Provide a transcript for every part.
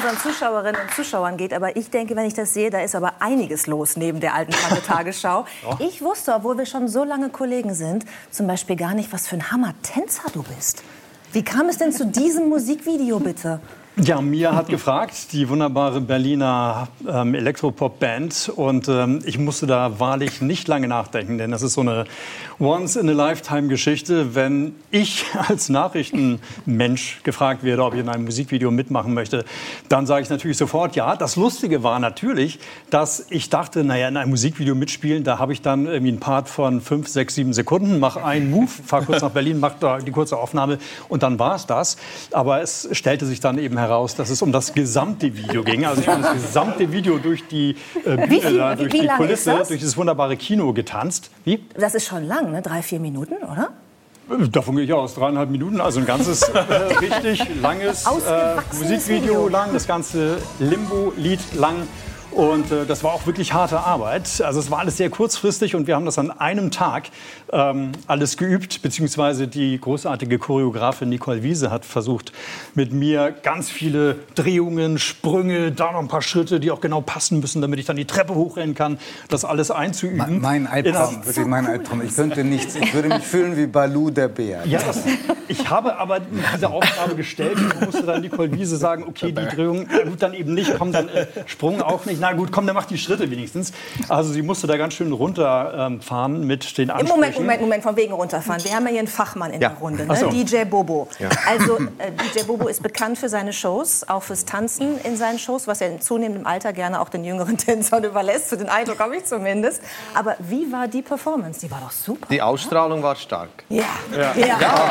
unseren Zuschauerinnen und Zuschauern geht, aber ich denke, wenn ich das sehe, da ist aber einiges los neben der alten Tagesschau. Ich wusste, obwohl wir schon so lange Kollegen sind, zum Beispiel gar nicht, was für ein Hammer-Tänzer du bist. Wie kam es denn zu diesem Musikvideo, bitte? Ja, Mia hat gefragt, die wunderbare Berliner Elektropop-Band. Und ich musste da wahrlich nicht lange nachdenken, denn das ist so eine Once-in-a-Lifetime-Geschichte. Wenn ich als Nachrichtenmensch gefragt werde, ob ich in einem Musikvideo mitmachen möchte, dann sage ich natürlich sofort ja. Das Lustige war natürlich, dass ich dachte, naja, in einem Musikvideo mitspielen, da habe ich dann irgendwie einen Part von 5, 6, 7 Sekunden, mache einen Move, fahre kurz nach Berlin, mache da die kurze Aufnahme und dann war es das. Aber es stellte sich dann eben heraus, dass es um das gesamte Video ging. Also ich habe das gesamte Video durch die Bühne, durch die Kulisse, durch dieses wunderbare Kino getanzt. Wie? Das ist schon lang, ne? 3-4 Minuten, oder? Davon gehe ich aus, 3,5 Minuten. Also ein ganzes richtig langes Musikvideo lang, das ganze Limbo-Lied lang. Und das war auch wirklich harte Arbeit. Also es war alles sehr kurzfristig und wir haben das an einem Tag alles geübt. Beziehungsweise die großartige Choreografin Nicole Wiese hat versucht, mit mir ganz viele Drehungen, Sprünge, da noch ein paar Schritte, die auch genau passen müssen, damit ich dann die Treppe hochrennen kann, das alles einzuüben. Mein Albtraum, wirklich mein Albtraum. Ich könnte nichts, ich würde mich fühlen wie Baloo der Bär. Ja, ich habe aber diese Aufgabe gestellt und musste dann Nicole Wiese sagen, okay, die Drehung, gut, dann eben nicht, komm, dann Sprung auch nicht. Na gut, komm, dann mach die Schritte wenigstens. Also sie musste da ganz schön runterfahren mit den Ansprüchen. Moment, von wegen runterfahren. Wir haben ja hier einen Fachmann in der Runde, ne? So. DJ Bobo. Ja. Also DJ Bobo ist bekannt für seine Shows, auch fürs Tanzen in seinen Shows, was er in zunehmendem Alter gerne auch den jüngeren Tänzern überlässt. Für den Eindruck habe ich zumindest. Aber wie war die Performance? Die war doch super. Die Ausstrahlung war stark. Ja. Er war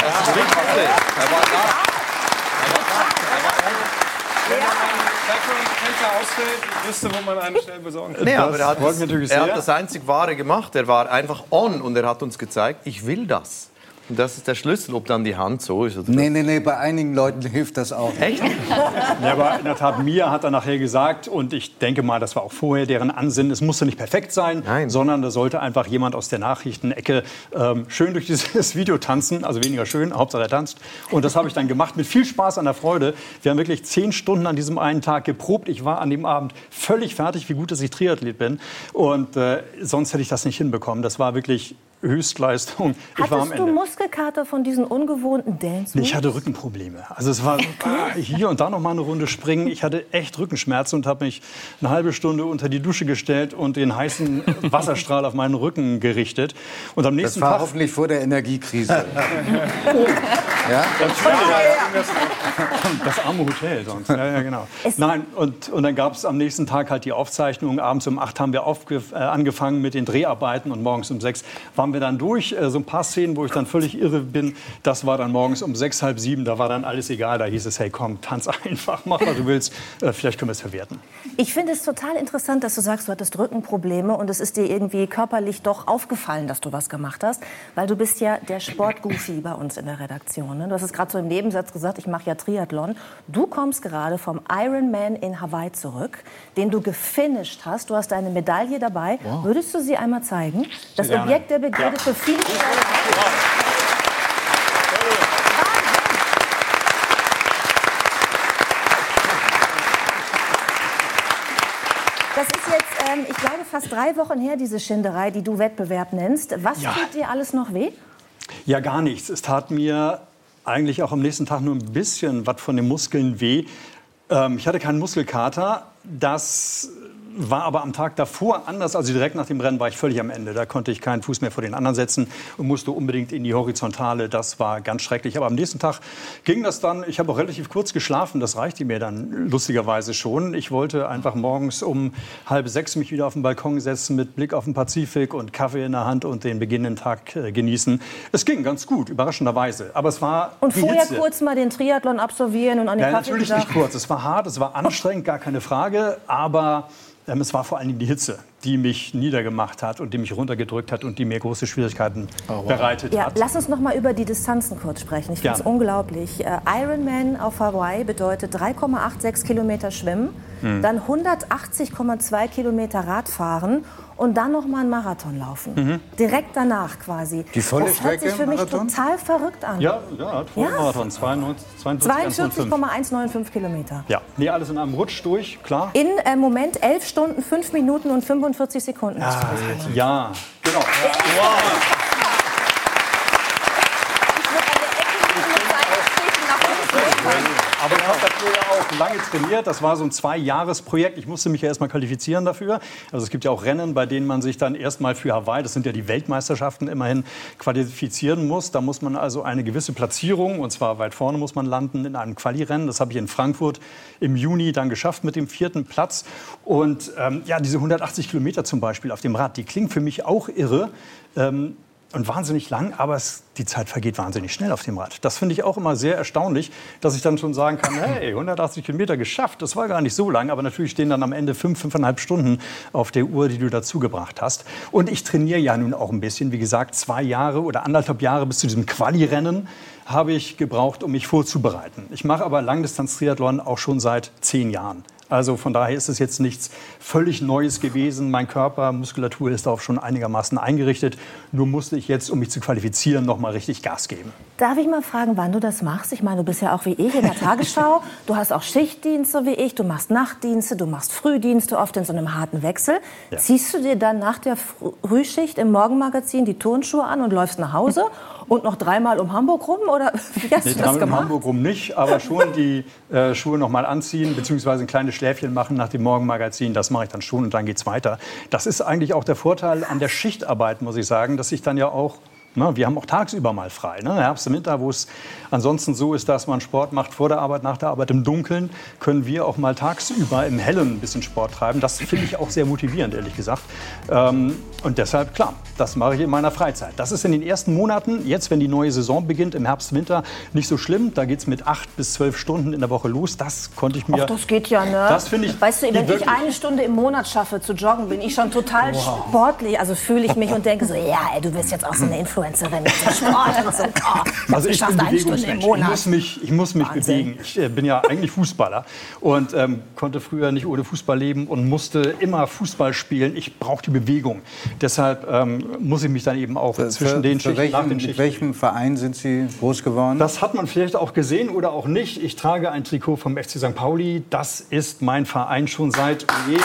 da. Ich wüsste, wo man eine schnell besorgen kann. Nee, aber er hat das einzig Wahre gemacht. Er war einfach on und er hat uns gezeigt, ich will das. Und das ist der Schlüssel, ob dann die Hand so ist oder Nee, bei einigen Leuten hilft das auch. Echt? Ja, aber in der Tat, Mia hat dann nachher gesagt, und ich denke mal, das war auch vorher deren Ansinnen, es musste nicht perfekt sein, sondern da sollte einfach jemand aus der Nachrichtenecke schön durch dieses Video tanzen, also weniger schön, Hauptsache er tanzt. Und das habe ich dann gemacht mit viel Spaß an der Freude. Wir haben wirklich 10 Stunden an diesem einen Tag geprobt. Ich war an dem Abend völlig fertig, wie gut, dass ich Triathlet bin. Und sonst hätte ich das nicht hinbekommen. Das war wirklich Höchstleistung. Hattest du Muskelkater von diesen ungewohnten Dance? Ich hatte Rückenprobleme. Also es war hier und da noch mal eine Runde springen. Ich hatte echt Rückenschmerzen und habe mich eine halbe Stunde unter die Dusche gestellt und den heißen Wasserstrahl auf meinen Rücken gerichtet. Und am nächsten Das war Tag hoffentlich vor der Energiekrise. Ja? Das arme Hotel sonst. Ja, genau. Nein, und dann gab es am nächsten Tag halt die Aufzeichnung. Abends um 8 haben wir angefangen mit den Dreharbeiten und morgens um 6 waren wir dann durch. So ein paar Szenen, wo ich dann völlig irre bin, das war dann morgens um 6, halb 7. Da war dann alles egal. Da hieß es, hey komm, tanz einfach, mach was du willst. Vielleicht können wir es verwerten. Ich finde es total interessant, dass du sagst, du hattest Rückenprobleme und es ist dir irgendwie körperlich doch aufgefallen, dass du was gemacht hast. Weil du bist ja der Sportgoofy bei uns in der Redaktion. Ne? Du hast es gerade so im Nebensatz gesagt, ich mache ja Triathlon. Du kommst gerade vom Ironman in Hawaii zurück, den du gefinisht hast. Du hast deine Medaille dabei. Wow. Würdest du sie einmal zeigen? Das Objekt der Begierde für viele. Das ist jetzt, ich glaube, fast 3 Wochen her, diese Schinderei, die du Wettbewerb nennst. Was tut dir alles noch weh? Ja, gar nichts. Es tat mir eigentlich auch am nächsten Tag nur ein bisschen was von den Muskeln weh. Ich hatte keinen Muskelkater. Das war aber am Tag davor anders. Also direkt nach dem Rennen war ich völlig am Ende. Da konnte ich keinen Fuß mehr vor den anderen setzen und musste unbedingt in die Horizontale. Das war ganz schrecklich. Aber am nächsten Tag ging das dann. Ich habe auch relativ kurz geschlafen. Das reichte mir dann lustigerweise schon. Ich wollte einfach morgens um 5:30 mich wieder auf den Balkon setzen mit Blick auf den Pazifik und Kaffee in der Hand und den beginnenden Tag genießen. Es ging ganz gut, überraschenderweise. Aber es war und vorher Hitze. Kurz mal den Triathlon absolvieren und an den Kaffee. Natürlich nicht kurz. Es war hart, es war anstrengend, gar keine Frage. Aber es war vor allem die Hitze, die mich niedergemacht hat und die mich runtergedrückt hat und die mir große Schwierigkeiten bereitet hat. Lass uns noch mal über die Distanzen kurz sprechen. Ich finde es unglaublich. Ironman auf Hawaii bedeutet 3,86 Kilometer schwimmen, dann 180,2 Kilometer Radfahren und dann noch mal einen Marathon laufen. Direkt danach quasi. Die volle das Strecke hört sich für mich Marathon? total verrückt an. Ja, Marathon, 42,195 Kilometer. Ja, nee, alles in einem Rutsch durch, klar. In Moment 11 Stunden, 5 Minuten und 45 Sekunden. Ja, genau. Aber ich habe dafür ja auch lange trainiert. Das war so ein 2-Jahres-Projekt. Ich musste mich ja erstmal qualifizieren dafür. Also es gibt ja auch Rennen, bei denen man sich dann erstmal für Hawaii, das sind ja die Weltmeisterschaften, immerhin qualifizieren muss. Da muss man also eine gewisse Platzierung, und zwar weit vorne muss man landen in einem Quali-Rennen. Das habe ich in Frankfurt im Juni dann geschafft mit dem 4. Platz. Und ja, diese 180 Kilometer zum Beispiel auf dem Rad, die klingen für mich auch irre. Und wahnsinnig lang, aber die Zeit vergeht wahnsinnig schnell auf dem Rad. Das finde ich auch immer sehr erstaunlich, dass ich dann schon sagen kann, hey, 180 Kilometer geschafft, das war gar nicht so lang. Aber natürlich stehen dann am Ende 5,5 Stunden auf der Uhr, die du dazu gebracht hast. Und ich trainiere ja nun auch ein bisschen. Wie gesagt, 2 Jahre oder 1,5 Jahre bis zu diesem Quali-Rennen habe ich gebraucht, um mich vorzubereiten. Ich mache aber Langdistanz-Triathlon auch schon seit 10 Jahren. Also von daher ist es jetzt nichts völlig Neues gewesen. Mein Körper, Muskulatur ist darauf schon einigermaßen eingerichtet. Nur musste ich jetzt, um mich zu qualifizieren, noch mal richtig Gas geben. Darf ich mal fragen, wann du das machst? Ich meine, du bist ja auch wie ich in der Tagesschau. Du hast auch Schichtdienste wie ich. Du machst Nachtdienste, du machst Frühdienste, oft in so einem harten Wechsel. Ja. Ziehst du dir dann nach der Frühschicht im Morgenmagazin die Turnschuhe an und läufst nach Hause? Und noch 3-mal um Hamburg rum? Oder wie hast du das gemacht? Um Hamburg rum nicht, aber schon die Schuhe noch mal anziehen, beziehungsweise ein kleines Schläfchen machen nach dem Morgenmagazin. Das mache ich dann schon und dann geht's weiter. Das ist eigentlich auch der Vorteil an der Schichtarbeit, muss ich sagen, dass ich dann ja auch, wir haben auch tagsüber mal frei. Herbst und Winter, wo es ansonsten so ist, dass man Sport macht vor der Arbeit, nach der Arbeit im Dunkeln, können wir auch mal tagsüber im Hellen ein bisschen Sport treiben. Das finde ich auch sehr motivierend, ehrlich gesagt. Und deshalb, klar, das mache ich in meiner Freizeit. Das ist in den ersten Monaten, jetzt, wenn die neue Saison beginnt, im Herbst, Winter, nicht so schlimm. Da geht es mit 8 bis 12 Stunden in der Woche los. Das konnte ich mir... Ach, das geht ja, ne? Das finde ich... Weißt du, wenn ich 1 Stunde im Monat schaffe zu joggen, bin ich schon total sportlich. Also fühle ich mich und denke so, ja, ey, du bist jetzt auch so eine Influencerin mit dem Sport und so. Also ich bin Bewegungsmensch. Ich muss mich bewegen. Ich bin ja eigentlich Fußballer und konnte früher nicht ohne Fußball leben und musste immer Fußball spielen. Ich brauche die Bewegung. Deshalb muss ich mich dann eben auch zwischen den Schichten, nach den Schichten... Mit welchem Verein sind Sie groß geworden? Das hat man vielleicht auch gesehen oder auch nicht. Ich trage ein Trikot vom FC St. Pauli. Das ist mein Verein schon seit...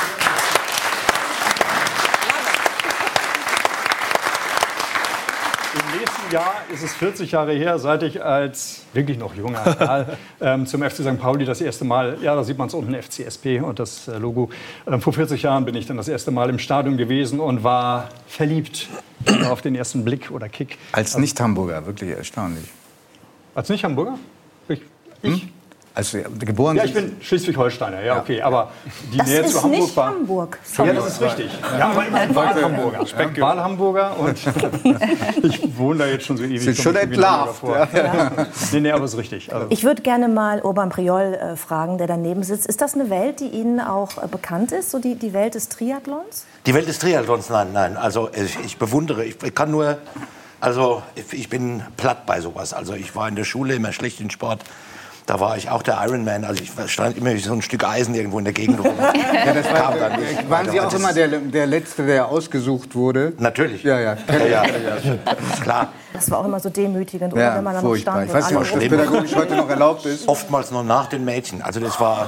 Im nächsten Jahr ist es 40 Jahre her, seit ich als wirklich noch junger Kerl zum FC St. Pauli das erste Mal, ja, da sieht man es unten, FCSP und das Logo. Vor 40 Jahren bin ich dann das erste Mal im Stadion gewesen und war verliebt auf den ersten Blick oder Kick. Als Nicht-Hamburger, wirklich erstaunlich. Als Nicht-Hamburger? Ich? Als geboren Ja, ich bin Schleswig-Holsteiner, ja, okay. Aber die das Nähe zu Hamburg war... Hamburg. Ja, das ist richtig. Ja, aber immer Wahlhamburger. Wahlhamburger und ich wohne da jetzt schon so ewig. Sie sind schon entlarvt. Ja. Nee, aber es ist richtig. Also. Ich würde gerne mal Urban Priol fragen, der daneben sitzt. Ist das eine Welt, die Ihnen auch bekannt ist, so die Welt des Triathlons? Die Welt des Triathlons, nein. Also ich bewundere, ich kann nur... Also ich bin platt bei sowas. Also ich war in der Schule immer schlecht in Sport. Da war ich auch der Ironman. Also ich stand immer wie so ein Stück Eisen irgendwo in der Gegend rum. Ja, das waren Sie auch immer der Letzte, der ausgesucht wurde? Natürlich. Ja. Klar. Das war auch immer so demütigend, oder? Wenn man dann noch stand. Ich weiß nicht, ob das pädagogisch heute noch erlaubt ist. Oftmals noch nach den Mädchen. Also das war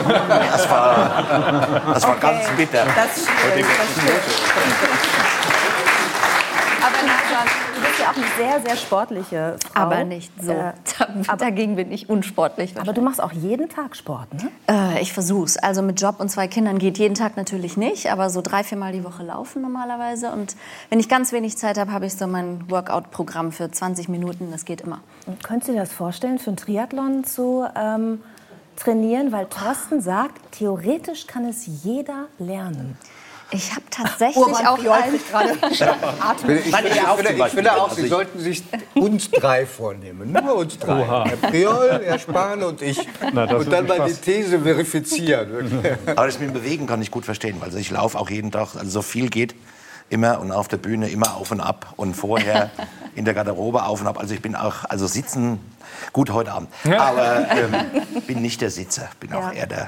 ganz bitter. Das stimmt. Aber Nadja, du bist ja auch eine sehr, sehr sportliche Frau. Aber nicht so. Dagegen bin ich unsportlich. Aber du machst auch jeden Tag Sport, ne? Ich versuch's. Also mit Job und 2 Kindern geht jeden Tag natürlich nicht, aber so 3-4 Mal die Woche laufen normalerweise. Und wenn ich ganz wenig Zeit habe, habe ich so mein Workout-Programm für 20 Minuten. Das geht immer. Und könntest du dir das vorstellen, für einen Triathlon zu trainieren? Weil Thorsten sagt, theoretisch kann es jeder lernen. Ich habe tatsächlich auch Ich finde auch, Sie sollten sich uns 3 vornehmen. Nur uns 3. Herr Priol, Herr Spahn und ich. Und dann mal die These verifizieren. Aber das mit dem Bewegen kann ich gut verstehen. Also ich laufe auch jeden Tag, also so viel geht. Immer und auf der Bühne immer auf und ab. Und vorher in der Garderobe auf und ab. Also ich bin auch, also sitzen, gut heute Abend. Aber bin nicht der Sitzer, bin auch eher der...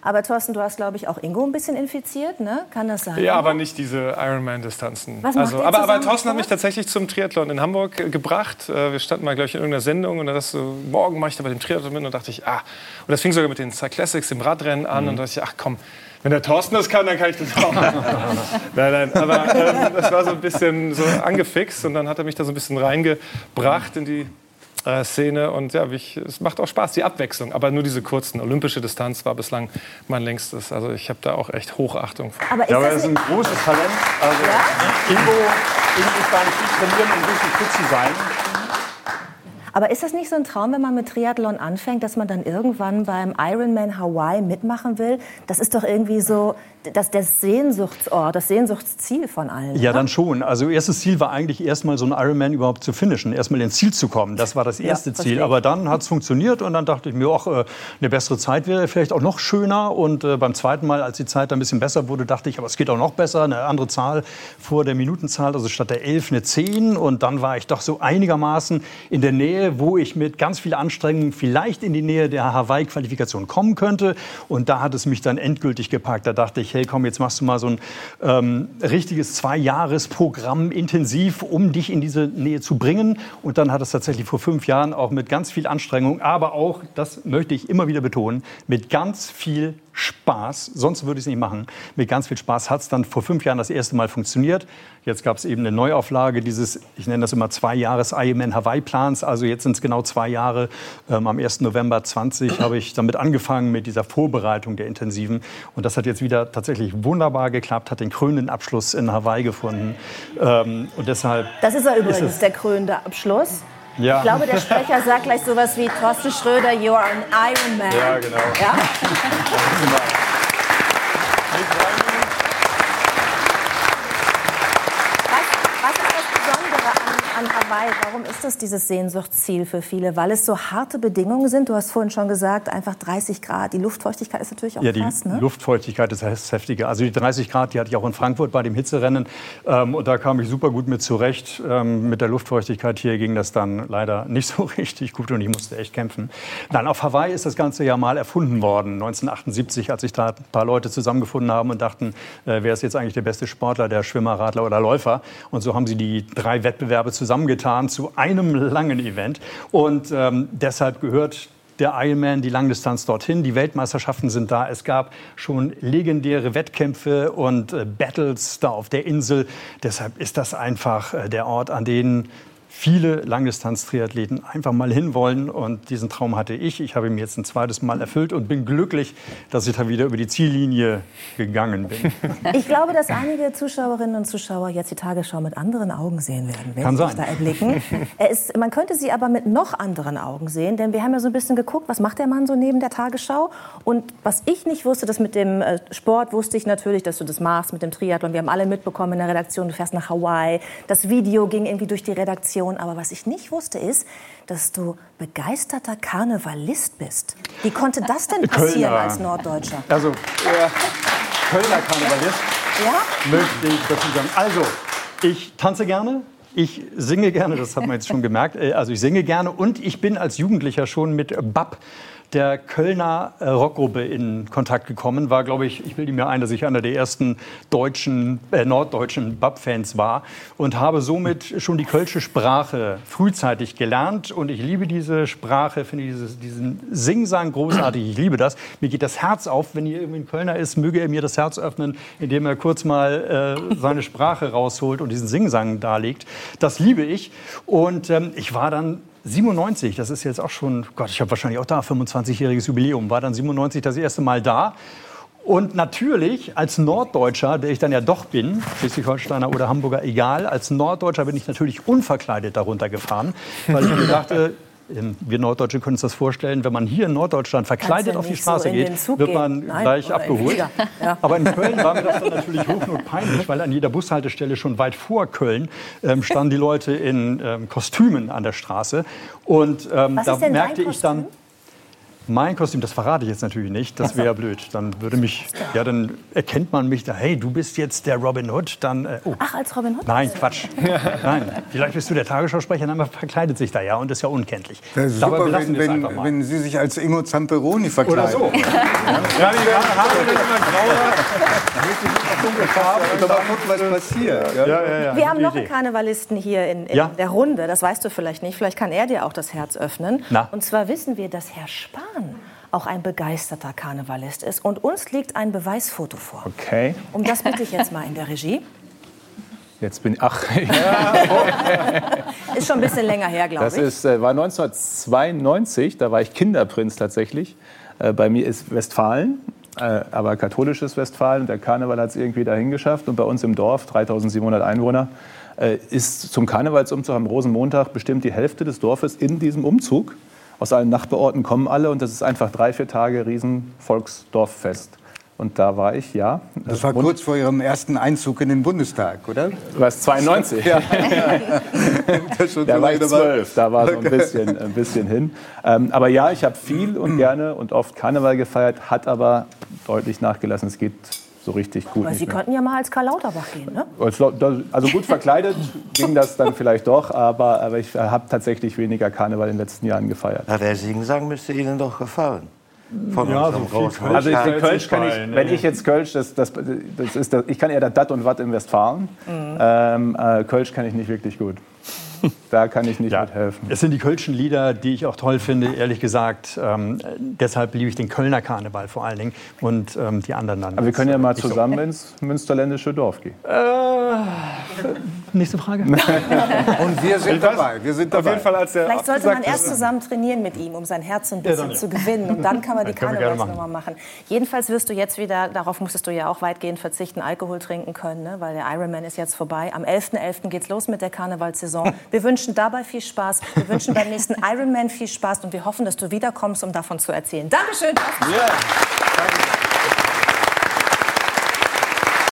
Aber Thorsten, du hast, glaube ich, auch Ingo ein bisschen infiziert, ne? Kann das sein? Ja, aber nicht diese Ironman-Distanzen. Aber Thorsten hat mich tatsächlich zum Triathlon in Hamburg gebracht. Wir standen mal, glaube ich, in irgendeiner Sendung und da dachte so, morgen mache ich da bei dem Triathlon mit. Und dachte ich, und das fing sogar mit den Cyclassics, dem Radrennen an. Und da dachte ich, ach komm, wenn der Thorsten das kann, dann kann ich das auch. Nein, aber das war so ein bisschen so angefixt. Und dann hat er mich da so ein bisschen reingebracht in die Szene und ja, es macht auch Spaß, die Abwechslung, aber nur diese kurzen. Olympische Distanz war bislang mein längstes, also ich habe da auch echt Hochachtung vor. Aber er ist ein großes Talent, also Ingo ist gar nicht viel trainieren, um richtig fit zu sein. Aber ist das nicht so ein Traum, wenn man mit Triathlon anfängt, dass man dann irgendwann beim Ironman Hawaii mitmachen will? Das ist doch irgendwie so das Sehnsuchtsort, das Sehnsuchtsziel von allen. Ja, dann schon. Also erstes Ziel war eigentlich erstmal so ein Ironman überhaupt zu finishen, erstmal ins Ziel zu kommen. Das war das erste Ziel. Aber dann hat es funktioniert und dann dachte ich mir, eine bessere Zeit wäre vielleicht auch noch schöner. Und beim zweiten Mal, als die Zeit ein bisschen besser wurde, dachte ich, aber es geht auch noch besser, eine andere Zahl vor der Minutenzahl, also statt der 11 eine 10. Und dann war ich doch so einigermaßen in der Nähe, wo ich mit ganz viel Anstrengung vielleicht in die Nähe der Hawaii-Qualifikation kommen könnte. Und da hat es mich dann endgültig gepackt. Da dachte ich, hey komm, jetzt machst du mal so ein richtiges 2-Jahres-Programm intensiv, um dich in diese Nähe zu bringen. Und dann hat es tatsächlich vor 5 Jahren auch mit ganz viel Anstrengung, aber auch, das möchte ich immer wieder betonen, mit ganz viel Spaß, sonst würde ich es nicht machen. Mit ganz viel Spaß hat es dann vor 5 Jahren das erste Mal funktioniert. Jetzt gab es eben eine Neuauflage dieses, ich nenne das immer 2-Jahres-Ironman-Hawaii-Plans. Also jetzt sind es genau 2 Jahre. Am 1. November 20 habe ich damit angefangen mit dieser Vorbereitung der Intensiven. Und das hat jetzt wieder tatsächlich wunderbar geklappt, hat den krönenden Abschluss in Hawaii gefunden. Und deshalb das ist ja übrigens der krönende Abschluss. Ja. Ich glaube, der Sprecher sagt gleich sowas wie Thorsten Schröder, you are an Ironman. Ja, genau. Ja? Was ist das Besondere an Hawaii? Warum ist das dieses Sehnsuchtsziel für viele? Weil es so harte Bedingungen sind. Du hast vorhin schon gesagt, einfach 30 Grad. Die Luftfeuchtigkeit ist natürlich auch krass, ne? Die Luftfeuchtigkeit ist das Heftige. Also die 30 Grad, die hatte ich auch in Frankfurt bei dem Hitzerennen. Und da kam ich super gut mit zurecht. Mit der Luftfeuchtigkeit hier ging das dann leider nicht so richtig gut und ich musste echt kämpfen. Nein, auf Hawaii ist das Ganze ja mal erfunden worden. 1978, als sich da ein paar Leute zusammengefunden haben und dachten, wer ist jetzt eigentlich der beste Sportler, der Schwimmer, Radler oder Läufer? Und so haben sie die 3 Wettbewerbe zusammengetan zu einem langen Event. Und deshalb gehört der Ironman, die Langdistanz dorthin. Die Weltmeisterschaften sind da. Es gab schon legendäre Wettkämpfe und Battles da auf der Insel. Deshalb ist das einfach der Ort, an den viele Langdistanz-Triathleten einfach mal hinwollen. Und diesen Traum hatte ich. Ich habe ihn jetzt ein zweites Mal erfüllt und bin glücklich, dass ich da wieder über die Ziellinie gegangen bin. Ich glaube, dass einige Zuschauerinnen und Zuschauer jetzt die Tagesschau mit anderen Augen sehen werden, wenn sie sich da erblicken. Man könnte sie aber mit noch anderen Augen sehen, denn wir haben ja so ein bisschen geguckt, was macht der Mann so neben der Tagesschau? Und was ich nicht wusste, das mit dem Sport wusste ich natürlich, dass du das machst mit dem Triathlon. Wir haben alle mitbekommen in der Redaktion, du fährst nach Hawaii. Das Video ging irgendwie durch die Redaktion. Aber was ich nicht wusste, ist, dass du begeisterter Karnevalist bist. Wie konnte das denn passieren als Norddeutscher? Also, Kölner Karnevalist, möchte ich dazu sagen. Also, ich tanze gerne. Ich singe gerne, das hat man jetzt schon gemerkt. Also ich singe gerne und ich bin als Jugendlicher schon mit BAP, der Kölner Rockgruppe, in Kontakt gekommen. War, glaube ich bilde mir ein, dass ich einer der ersten norddeutschen BAP-Fans war und habe somit schon die kölsche Sprache frühzeitig gelernt. Und ich liebe diese Sprache, finde diesen Singsang großartig. Ich liebe das. Mir geht das Herz auf, wenn hier irgendwie ein Kölner ist, möge er mir das Herz öffnen, indem er kurz mal seine Sprache rausholt und diesen Singsang darlegt. Das liebe ich. Und ich war dann 97, das ist jetzt auch schon, Gott, ich habe wahrscheinlich auch da 25-jähriges Jubiläum, war dann 97 das erste Mal da. Und natürlich als Norddeutscher, der ich dann ja doch bin, Schleswig-Holsteiner oder Hamburger, egal, als Norddeutscher bin ich natürlich unverkleidet darunter gefahren, weil ich mir dachte, wir Norddeutsche können uns das vorstellen, wenn man hier in Norddeutschland verkleidet auf die Straße geht, wird man gleich abgeholt. Ja. Aber in Köln war mir das dann natürlich hochnotpeinlich, weil an jeder Bushaltestelle schon weit vor Köln standen die Leute in Kostümen an der Straße. Und da merkte ich dann, Mein Kostüm, das verrate ich jetzt natürlich nicht, das wäre ja blöd. Dann dann erkennt man mich da, hey, du bist jetzt der Robin Hood, dann... Ach, als Robin Hood? Nein, Quatsch. Nein, vielleicht bist du der Tagesschausprecher, dann verkleidet sich da ja und ist ja unkenntlich. Das ist Dabei super, belassen wir es einfach mal. wenn Sie sich als Ingo Zamperoni verkleiden. Oder so. Ja, die Haare sind immer grauer. Und mal gucken, was passiert. Ja, Wir haben noch einen Karnevalisten hier in der Runde, das weißt du vielleicht nicht, vielleicht kann er dir auch das Herz öffnen. Na? Und zwar wissen wir, dass Herr Spahn auch ein begeisterter Karnevalist ist. Und uns liegt ein Beweisfoto vor. Okay. Um das bitte ich jetzt mal in der Regie. Jetzt bin ich... Ach, Ist schon ein bisschen länger her, glaube ich. das war 1992, da war ich Kinderprinz tatsächlich. Bei mir ist Westfalen, aber katholisches Westfalen. Der Karneval hat es irgendwie dahin geschafft. Und bei uns im Dorf, 3700 Einwohner, ist zum Karnevalsumzug am Rosenmontag bestimmt die Hälfte des Dorfes in diesem Umzug. Aus allen Nachbarorten kommen alle und das ist einfach 3-4 Tage Riesen-Volksdorffest. Und da war ich, ja. Das war kurz vor Ihrem ersten Einzug in den Bundestag, oder? Du warst 92. Ja. Da war ich 12, da war so ein bisschen hin. Aber ja, ich habe viel und gerne und oft Karneval gefeiert, hat aber deutlich nachgelassen. Es geht so richtig gut. Aber Sie könnten ja mal als Karl Lauterbach gehen, ne? Also gut verkleidet ging das dann vielleicht doch, aber ich habe tatsächlich weniger Karneval in den letzten Jahren gefeiert. Na, der Singsang müsste Ihnen doch gefallen. Von Ja, unserem so Großvater. Also ich Kölsch kann ich, Nein, wenn ich jetzt Kölsch, ich kann eher das Dat und Watt in Westfalen. Kölsch kann ich nicht wirklich gut. Da kann ich nicht mithelfen. Es sind die Kölschen Lieder, die ich auch toll finde, ehrlich gesagt. Deshalb liebe ich den Kölner Karneval vor allen Dingen und die anderen dann. Aber wir können ja mal zusammen ins münsterländische Dorf gehen. Nächste Frage. Und wir sind dabei. Auf jeden Fall, als der Vielleicht sollte man erst zusammen trainieren mit ihm, um sein Herz ein bisschen zu gewinnen. Und dann kann man die können wir gerne Karnevalsnummer machen. Jedenfalls wirst du jetzt wieder, darauf musstest du ja auch weitgehend verzichten, Alkohol trinken können, ne? Weil der Ironman ist jetzt vorbei. Am 11.11. geht's los mit der Karnevalssaison. Wir wünschen dabei viel Spaß. Wir wünschen beim nächsten Ironman viel Spaß. Und wir hoffen, dass du wiederkommst, um davon zu erzählen. Dankeschön. Yeah.